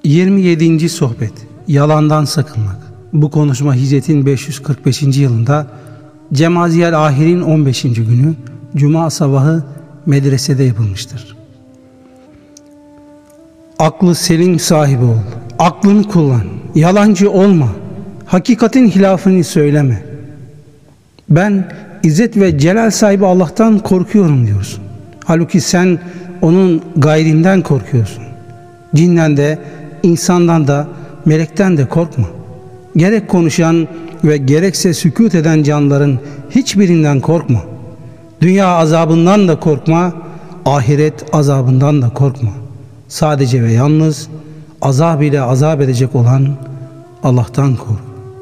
27. Sohbet. Yalandan sakınmak. Bu konuşma Hicret'in 545. yılında Cemaziyel Ahir'in 15. günü Cuma sabahı medresede yapılmıştır. Aklı selim sahibi ol. Aklını kullan. Yalancı olma. Hakikatin hilafını söyleme. Ben İzzet ve Celal sahibi Allah'tan korkuyorum diyorsun. Halbuki sen onun gayrinden korkuyorsun. Cinden de, insandan da, melekten de korkma. Gerek konuşan ve gerekse sükût eden canlıların hiçbirinden korkma. Dünya azabından da korkma, ahiret azabından da korkma. Sadece ve yalnız azab ile azap edecek olan Allah'tan kork.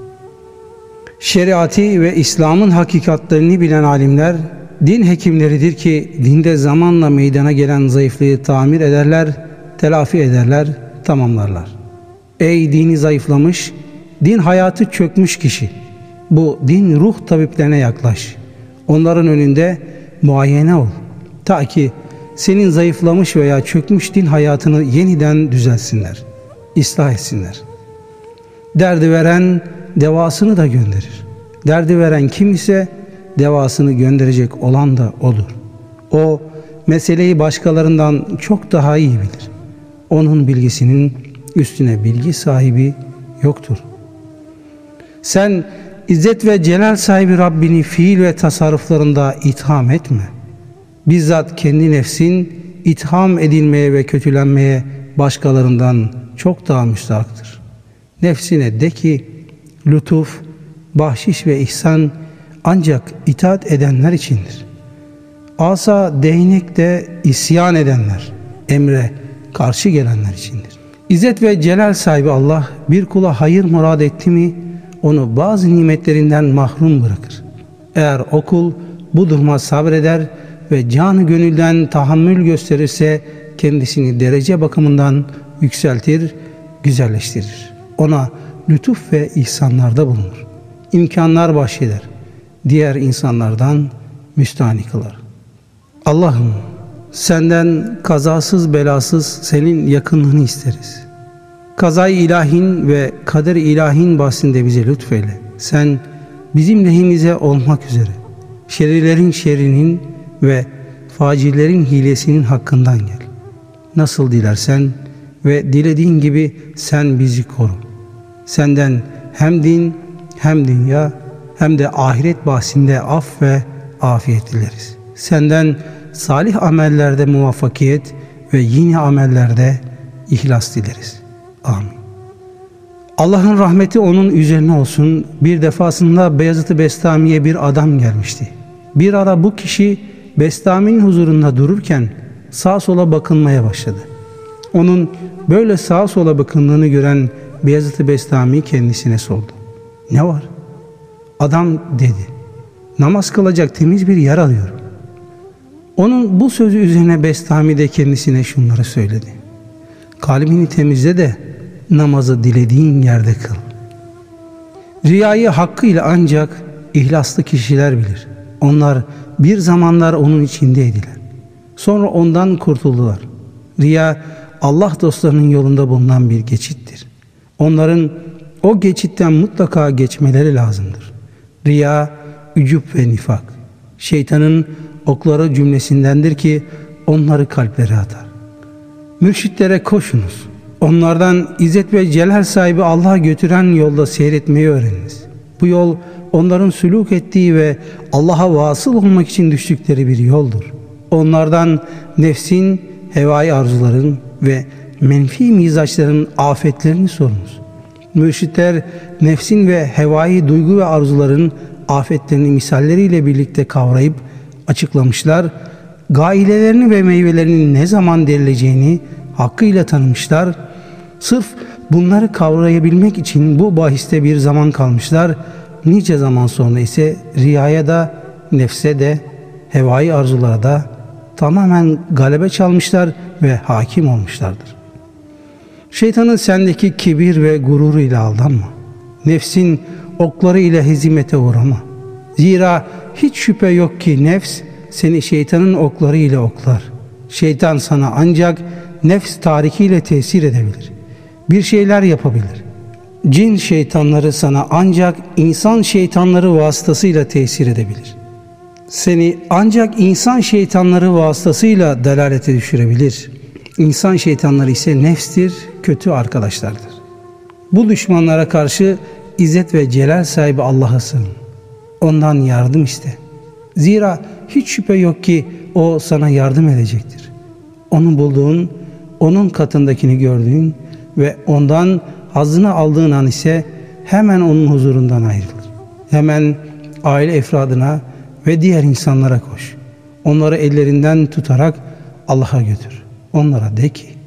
Şeriatı ve İslam'ın hakikatlerini bilen alimler, din hekimleridir ki dinde zamanla meydana gelen zayıflığı tamir ederler, telafi ederler, tamamlarlar. Ey dini zayıflamış, din hayatı çökmüş kişi! Bu din ruh tabiplerine yaklaş. Onların önünde muayene ol. Ta ki senin zayıflamış veya çökmüş din hayatını yeniden düzelsinler, ıslah etsinler. Derdi veren devasını da gönderir. Derdi veren kim ise devasını gönderecek olan da odur. O meseleyi başkalarından çok daha iyi bilir. Onun bilgisinin üstüne bilgi sahibi yoktur. Sen İzzet ve Celal sahibi Rabbini fiil ve tasarruflarında itham etme. Bizzat kendi nefsin itham edilmeye ve kötülenmeye başkalarından çok daha müstahaktır. Nefsine de ki lütuf, bahşiş ve ihsan ancak itaat edenler içindir. Asa, değnek de isyan edenler, emre karşı gelenler içindir. İzzet ve Celal sahibi Allah bir kula hayır murad etti mi onu bazı nimetlerinden mahrum bırakır. Eğer o kul bu duruma sabreder ve canı gönülden tahammül gösterirse kendisini derece bakımından yükseltir, güzelleştirir. Ona lütuf ve ihsanlarda bulunur. İmkanlar bahşeder. Diğer insanlardan müstahni kılar. Allah'ım, senden kazasız belasız senin yakınlığını isteriz. Kazay ilahin ve kader ilahin bahsinde bize lütfeyle. Sen bizim lehimize olmak üzere şerrilerin şerrinin ve facirlerin hilesinin hakkından gel. Nasıl dilersen ve dilediğin gibi sen bizi koru. Senden hem din hem dünya hem de ahiret bahsinde af ve afiyet dileriz. Senden salih amellerde muvaffakiyet ve yine amellerde ihlas dileriz. Amin. Allah'ın rahmeti onun üzerine olsun. Bir defasında Beyazıt-ı Bestami'ye bir adam gelmişti. Bir ara bu kişi Bestami'nin huzurunda dururken sağa sola bakınmaya başladı. Onun böyle sağa sola bakındığını gören Beyazıt-ı Bestami kendisine sordu. Ne var? Adam dedi. Namaz kılacak temiz bir yer arıyorum. Onun bu sözü üzerine Bestami de kendisine şunları söyledi. Kalbini temizle de namazı dilediğin yerde kıl. Riyayı hakkıyla ancak ihlaslı kişiler bilir. Onlar bir zamanlar onun içindeydiler. Sonra ondan kurtuldular. Riya Allah dostlarının yolunda bulunan bir geçittir. Onların o geçitten mutlaka geçmeleri lazımdır. Riya, ücub ve nifak, şeytanın okları cümlesindendir ki onları kalplere atar. Mürşitlere koşunuz. Onlardan İzzet ve Celal sahibi Allah'a götüren yolda seyretmeyi öğreniniz. Bu yol onların sülûk ettiği ve Allah'a vasıl olmak için düştükleri bir yoldur. Onlardan nefsin, hevai arzuların ve menfi mizaçların afetlerini sorunuz. Mürşitler nefsin ve hevai duygu ve arzuların afetlerini misalleriyle birlikte kavrayıp açıklamışlar. Gailelerini ve meyvelerinin ne zaman derileceğini hakkıyla tanımışlar. Sırf bunları kavrayabilmek için bu bahiste bir zaman kalmışlar. Nice zaman sonra ise riyaya da, nefse de, hevai arzulara da tamamen galebe çalmışlar ve hakim olmuşlardır. Şeytanın sendeki kibir ve gururu ile aldanma. Nefsin okları ile hezimete uğrama. Zira hiç şüphe yok ki nefs seni şeytanın okları ile oklar. Şeytan sana ancak nefs tarikiyle tesir edebilir. bir şeyler yapabilir. Cin şeytanları sana ancak insan şeytanları vasıtasıyla tesir edebilir. Seni ancak insan şeytanları vasıtasıyla dalalete düşürebilir. İnsan şeytanları ise nefstir, kötü arkadaşlardır. Bu düşmanlara karşı İzzet ve celal sahibi Allah'a sığın. Ondan yardım iste. Zira hiç şüphe yok ki O sana yardım edecektir. Onu bulduğun, O'nun katındakini gördüğün ve Ondan hazzını aldığın an ise hemen O'nun huzurundan ayrılır. Hemen aile efradına ve diğer insanlara koş. Onları ellerinden tutarak Allah'a götür. Onlara de ki,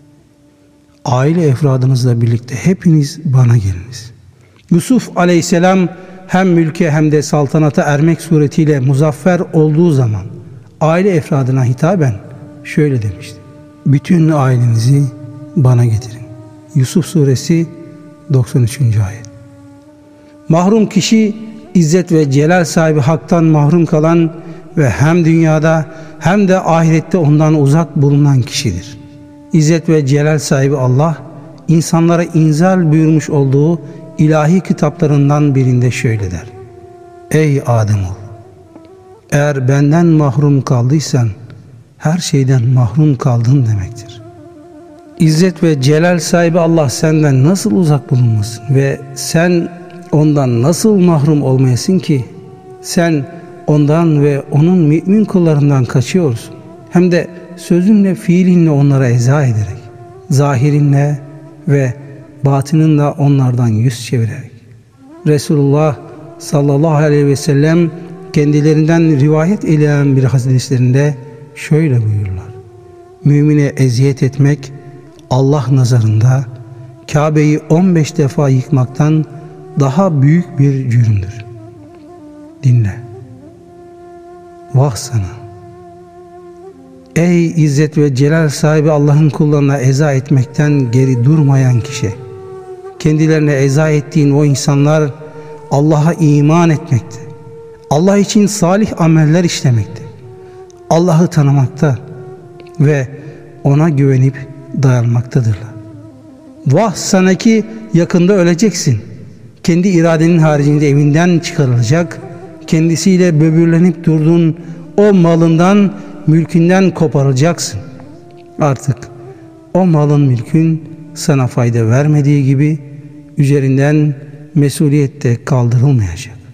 aile efradınızla birlikte hepiniz bana geliniz. Yusuf aleyhisselam hem mülke hem de saltanata ermek suretiyle muzaffer olduğu zaman aile efradına hitaben şöyle demişti: bütün ailenizi bana getirin. Yusuf suresi 93. ayet. Mahrum kişi İzzet ve celal sahibi haktan mahrum kalan ve hem dünyada hem de ahirette ondan uzak bulunan kişidir. İzzet ve celal sahibi Allah insanlara inzal buyurmuş olduğu ilahi kitaplarından birinde şöyle der: ey Ademoğlu, eğer benden mahrum kaldıysan her şeyden mahrum kaldın demektir. İzzet ve celal sahibi Allah senden nasıl uzak bulunmasın ve sen ondan nasıl mahrum olmayasın ki? Sen ondan ve onun mümin kullarından kaçıyorsun. Hem de sözünle fiilinle onlara eza ederek, zahirinle ve batınınla onlardan yüz çevirerek. Resulullah sallallahu aleyhi ve sellem kendilerinden rivayet edilen bir hadislerinde şöyle buyururlar: mümine eziyet etmek Allah nazarında Kabe'yi 15 defa yıkmaktan daha büyük bir cürümdür. Dinle. Vah sana! Ey İzzet ve celal sahibi Allah'ın kullarına eza etmekten geri durmayan kişi! Kendilerine eza ettiğin o insanlar Allah'a iman etmekte, Allah için salih ameller işlemekte, Allah'ı tanımakta ve O'na güvenip dayanmaktadırlar. Vah sana ki yakında öleceksin. Kendi iradenin haricinde evinden çıkarılacak, kendisiyle böbürlenip durduğun o malından, mülkünden koparılacaksın. Artık o malın, mülkün sana fayda vermediği gibi üzerinden mesuliyet de kaldırılmayacak.